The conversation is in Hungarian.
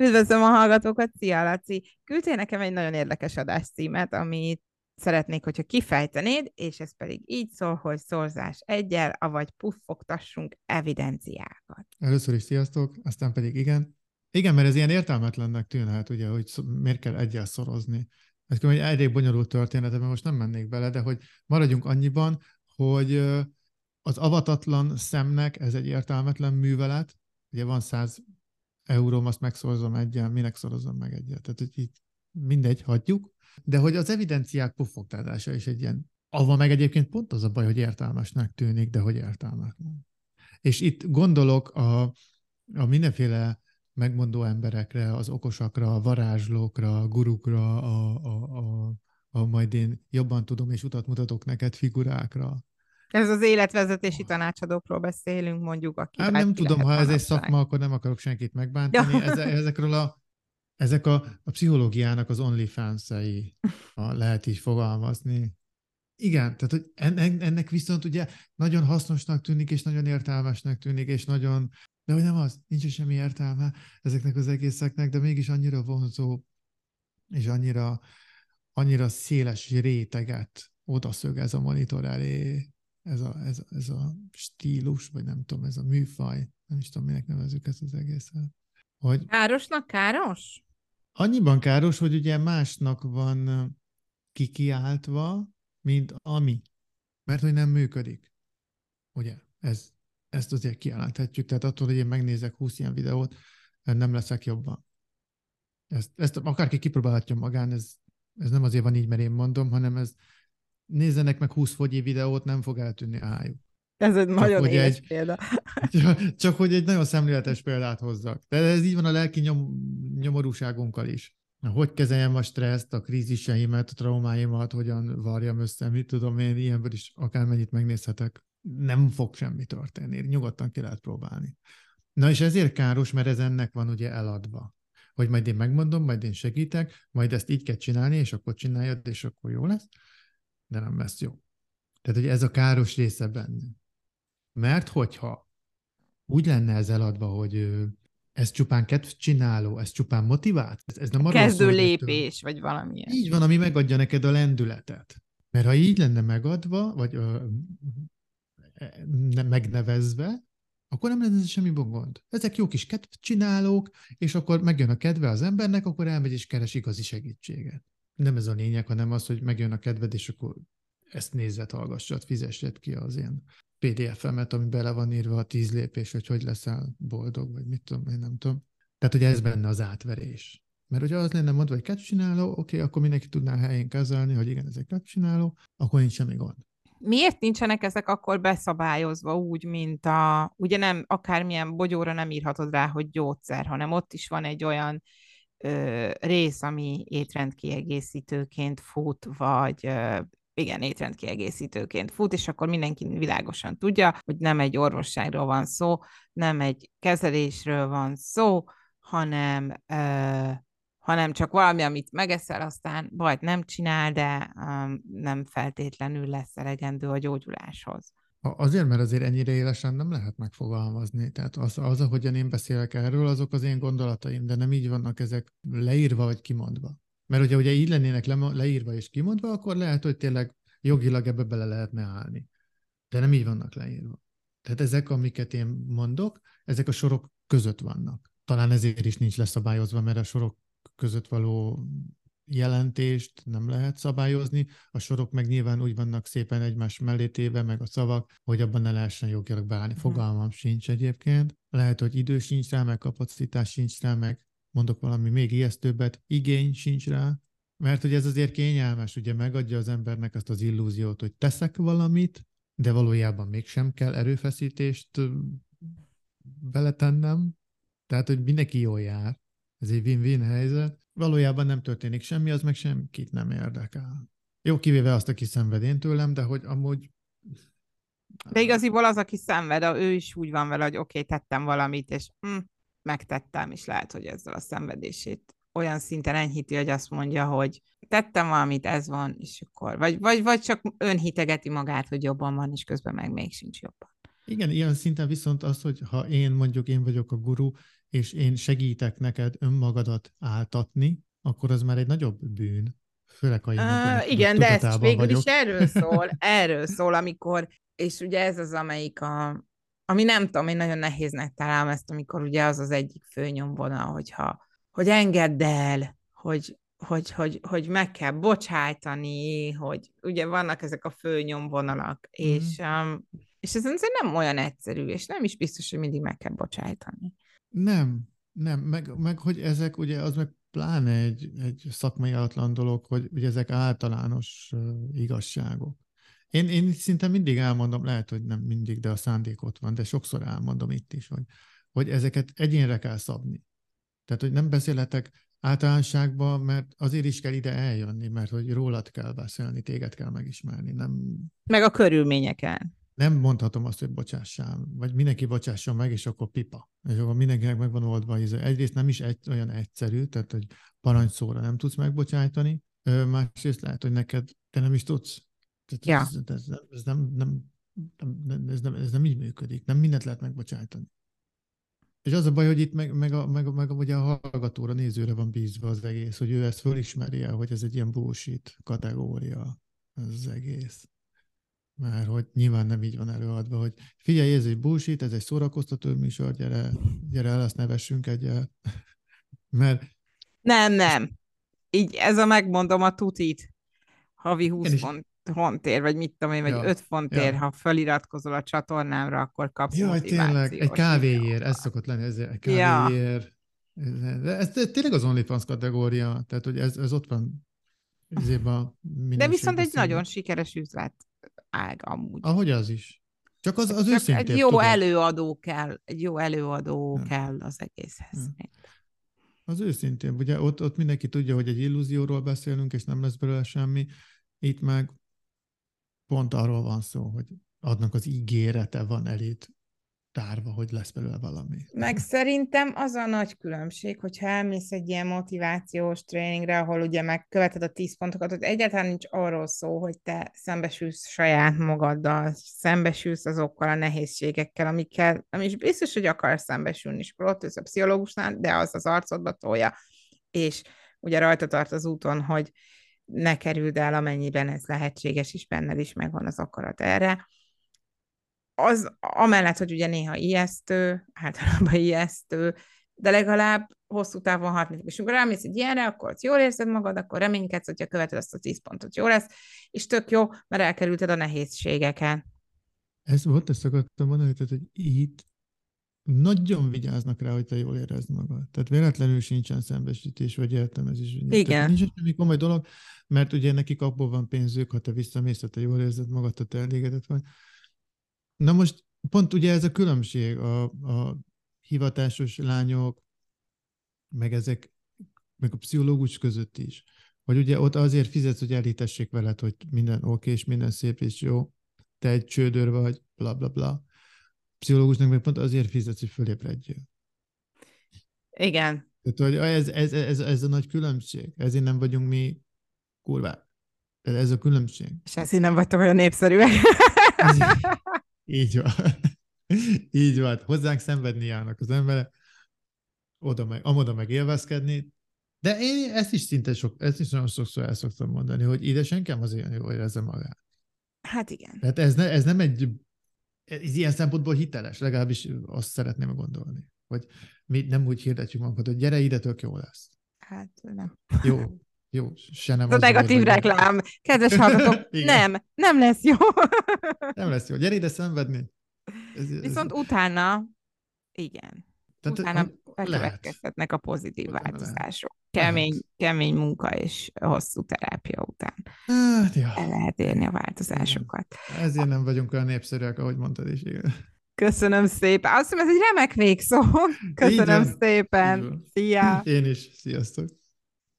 Üdvözlöm a hallgatókat, szia Laci! Küldtél nekem egy nagyon érdekes adáscímet, amit szeretnék, hogyha kifejtenéd, és ez pedig így szól, hogy szorzás eggyel, avagy puffogtassunk evidenciákat. Először is sziasztok, aztán pedig igen. Igen, mert ez ilyen értelmetlennek tűnhet, ugye, hogy miért kell egyel szorozni. Ez egy elég bonyolult történet, mert most nem mennék bele, de hogy maradjunk annyiban, hogy az avatatlan szemnek ez egy értelmetlen művelet. Ugye van 100 euróm, azt megszorzom egyen, minek szorozom meg egyet. Tehát, hogy így mindegy, hagyjuk. De hogy az evidenciák puffogtatása is egy ilyen, avval meg egyébként pont az a baj, hogy értelmesnek tűnik, de hogy értelmetlen. És itt gondolok a mindenféle megmondó emberekre, az okosakra, a varázslókra, a gurukra, a majd én jobban tudom és utat mutatok neked figurákra. Ez az életvezetési tanácsadókról beszélünk, mondjuk, Ám akivel nem ki tudom, lehet ha ez egy manapság. szakma, akkor nem akarok senkit Ja. megbántani. Ezek a pszichológiának az OnlyFans-ei, ha lehet így fogalmazni. Igen, tehát hogy ennek viszont ugye nagyon hasznosnak tűnik, és nagyon értelmesnek tűnik, és nagyon, de hogy nem az, nincs semmi értelme ezeknek az egészeknek, de mégis annyira vonzó, és annyira széles réteget odaszög ez a monitor elé, ez a stílus, vagy nem tudom, ez a műfaj, nem is tudom, minek nevezzük ezt az egészet. Hogy Károsnak káros? annyiban káros, hogy ugye másnak van kikiáltva, mint ami. Mert hogy nem működik. Ugye? Ezt azért kijelenthetjük. Tehát attól, hogy én megnézek 20 ilyen videót, nem leszek jobban. Ezt akárki kipróbálhatja magán, ez nem azért van így, mert én mondom, hanem ez nézzenek meg 20 fogyi videót, nem fog eltűnni ájuk. Ez egy Csak nagyon hogy éles példa. csak hogy egy nagyon szemléletes példát hozzak. De ez így van a lelki nyomorúságunkkal is. Hogy kezeljem a stresszt, a kríziseimet, a traumáimat, hogyan varjam össze, mit tudom én, ilyenből is akármennyit megnézhetek. Nem fog semmi történni, nyugodtan ki lehet próbálni. Na és ezért káros, mert ez ennek van ugye eladva. Hogy majd én megmondom, majd én segítek, majd ezt így kell csinálni, és akkor csináljad, és akkor jó lesz, de nem lesz jó. Tehát, hogy ez a káros része benne. Mert hogyha úgy lenne ez eladva, hogy ez csupán kedvcsináló, ez csupán motivált, ez nem arról szól, Kezdő hogy lépés, vagy valamilyen. így van, ami megadja neked a lendületet. Mert ha így lenne megadva, vagy megnevezve, akkor nem lenne ez semmi gond. Ezek jó kis kedvcsinálók, és akkor megjön a kedve az embernek, akkor elmegy és keres igazi segítséget. Nem ez a lényeg, hanem az, hogy megjön a kedved, és akkor ezt nézzed, hallgassad, fizessed ki az ilyen PDF-emet, ami bele van írva a 10 lépés, hogy leszel boldog, vagy mit tudom, én nem tudom. Tehát, hogy ez benne az átverés. Mert hogyha az lenne mondva, hogy kedvcsináló, oké, akkor mindenki tudná helyén kezelni, hogy igen, ez egy kedvcsináló, akkor nincs semmi gond. Miért nincsenek ezek akkor beszabályozva úgy, mint ugye nem, akármilyen bogyóra nem írhatod rá, hogy gyógyszer, hanem ott is van egy olyan rész, ami étrendkiegészítőként fut, vagy igen, étrendkiegészítőként fut, és akkor mindenki világosan tudja, hogy nem egy orvosságról van szó, nem egy kezelésről van szó, hanem csak valami, amit megeszel, aztán bajt nem csinál, de nem feltétlenül lesz elegendő a gyógyuláshoz. Azért, mert azért ennyire élesen nem lehet megfogalmazni. Tehát az, ahogyan én beszélek erről, azok az én gondolataim, de nem így vannak ezek leírva vagy kimondva. Mert ugye így lennének leírva és kimondva, akkor lehet, hogy tényleg jogilag ebbe bele lehetne állni. De nem így vannak leírva. Tehát ezek, amiket én mondok, ezek a sorok között vannak. Talán ezért is nincs leszabályozva, mert a sorok között való jelentést nem lehet szabályozni, a sorok meg nyilván úgy vannak szépen egymás mellé téve, meg a szavak, hogy abban ne lehessen jogilag beállni. Fogalmam sincs egyébként. Lehet, hogy idő sincs rá, meg kapacitás sincs rá, meg mondok valami még ijesztőbbet, igény sincs rá, mert hogy ez azért kényelmes, ugye megadja az embernek azt az illúziót, hogy teszek valamit, de valójában mégsem kell erőfeszítést beletennem, tehát, hogy mindenki jól jár. Ez egy win-win helyzet. Valójában nem történik semmi, az meg senkit nem érdekel. Jó, kivéve azt, aki szenved én tőlem, de hogy amúgy... De igaziból az, aki szenved, ő is úgy van vele, hogy oké, tettem valamit, és megtettem, és lehet, hogy ezzel a szenvedését olyan szinten enyhíti, hogy azt mondja, hogy tettem valamit, ez van, és akkor, vagy csak önhitegeti magát, hogy jobban van, és közben meg még sincs jobban. Igen, ilyen szinten viszont az, hogy ha én vagyok a guru, és én segítek neked önmagadat áltatni, akkor az már egy nagyobb bűn. Főleg, ha én ennek Igen, de ez tudatában végül is vagyok. erről szól, amikor, és ugye ez az, amelyik ami nem tudom, én nagyon nehéznek találom ezt, amikor ugye az az egyik fő nyomvonal, hogy engedd el, hogy meg kell bocsájtani, hogy ugye vannak ezek a fő nyomvonalak, Mm. és ez azért nem olyan egyszerű, és nem is biztos, hogy mindig meg kell bocsájtani. Nem, meg hogy ezek ugye az meg pláne egy szakmai alatlan dolog, hogy ugye ezek általános igazságok. Én szinte mindig elmondom, lehet, hogy nem mindig, de a szándék ott van, de sokszor elmondom itt is, hogy ezeket egyénre kell szabni. Tehát, hogy nem beszélhetek általánosságban, mert azért is kell ide eljönni, mert hogy rólad kell beszélni, téged kell megismerni. Meg a körülményeken. Nem mondhatom azt, hogy bocsássál, vagy mindenki bocsásson meg, és akkor pipa. És akkor mindenkinek meg van oldva. Egyrészt nem is olyan egyszerű, tehát hogy parancsszóra nem tudsz megbocsájtani, másrészt lehet, hogy neked te nem is tudsz. Tehát Ja. ez nem így működik. Nem mindent lehet megbocsájtani. És az a baj, hogy itt meg ugye a hallgatóra, nézőre van bízva az egész, hogy ő ezt fölismeri el, hogy ez egy ilyen bullshit kategória, ez az egész. Mert hogy nyilván nem így van előadva, hogy figyelj, ez egy bullshit, ez egy szórakoztató műsor, gyere el, azt nevessünk egyet. Mert Nem. Így ez a megmondom a tutit. Havi 20 is, fontért, vagy mit tudom én, vagy 5 fontért, ja. ha feliratkozol a csatornámra, akkor kapsz Jaj, tényleg, egy motivációs kávéért, ez videókat. szokott lenni, ez egy Ja, kávéért. Ez tényleg az OnlyFans kategória, tehát hogy ez ott van a de viszont minőségben egy nagyon színben. sikeres üzlet ág amúgy. Ahogy az is. Csak az Csak egy őszintébb, jó tudod? előadó kell, Ja, kell az egészhez. ja. Az őszintén, ugye ott mindenki tudja, hogy egy illúzióról beszélünk, és nem lesz belőle semmi. Itt meg pont arról van szó, hogy adnak az ígérete van eléd tárva, hogy lesz belőle valami. Meg szerintem az a nagy különbség, hogyha elmész egy ilyen motivációs tréningre, ahol ugye megköveted a 10 pontokat, hogy egyáltalán nincs arról szó, hogy te szembesülsz saját magaddal, szembesülsz azokkal a nehézségekkel, amikkel nem is biztos, hogy akarsz szembesülni, és akkor ott ülsz a pszichológusnál, de az az arcodba tolja, és ugye rajta tart az úton, hogy ne kerüld el, amennyiben ez lehetséges, és benned is megvan az akarat erre, az amellett, hogy ugye néha ijesztő, általában ijesztő, de legalább hosszú távon hatni. És amikor elmész egy ilyenre, akkor ott jól érzed magad, akkor reménykedsz, hogyha követed azt a 10 pontot, jó lesz, és tök jó, mert elkerülted a nehézségeken. Ezt akartam mondani, tehát, hogy itt nagyon vigyáznak rá, hogy te jól érezd magad. Tehát véletlenül sincsen szembesítés vagy értelmezés. Tehát Igen. nincs semmi komoly dolog, mert ugye nekik abból van pénzük, ha te visszamész, ha te jól érzed magad, ha te elégedett vagy. Na most pont ugye ez a különbség a hivatásos lányok, meg meg a pszichológus között is. Hogy ugye ott azért fizetsz, hogy elhitessék veled, hogy minden oké, és minden szép és jó, te egy csődör vagy, bla bla bla. Pszichológusnak meg pont azért fizetsz, hogy fölébredjél. Igen. Tehát, hogy ez a nagy különbség. Ezért nem vagyunk mi kurvák. Tehát ez a különbség. És ezért nem vagytok olyan népszerűek. Ez, így van. Így van. Hozzánk szenvedni járnak az emberek, amoda meg élvezkedni. De én ezt is nagyon sokszor el szoktam mondani, hogy ide senki nem azért jól érezze magát. Hát igen. Tehát ez nem ez ilyen szempontból hiteles, legalábbis azt szeretném gondolni. Hogy mi nem úgy hirdetjük magunkat, hogy gyere ide, tök jó lesz. Hát nem. Jó, se nem Ez a azzal negatív érve, reklám. Kedves hallgatók, igen, nem lesz jó. nem lesz jó. Gyere ide szenvedni. Viszont utána, igen. Tehát Utána lehet. bekövetkezhetnek a pozitív Utána lehet. változások. Lehet. Kemény munka és hosszú terápia után Hát, ja. el lehet érni a Igen. változásokat. Ezért nem vagyunk olyan népszerűek, ahogy mondtad is, igen. Köszönöm szépen. Azt hiszem, ez egy remek végszó. Így Köszönöm van. Így szépen. van. Szia! Én is. Sziasztok.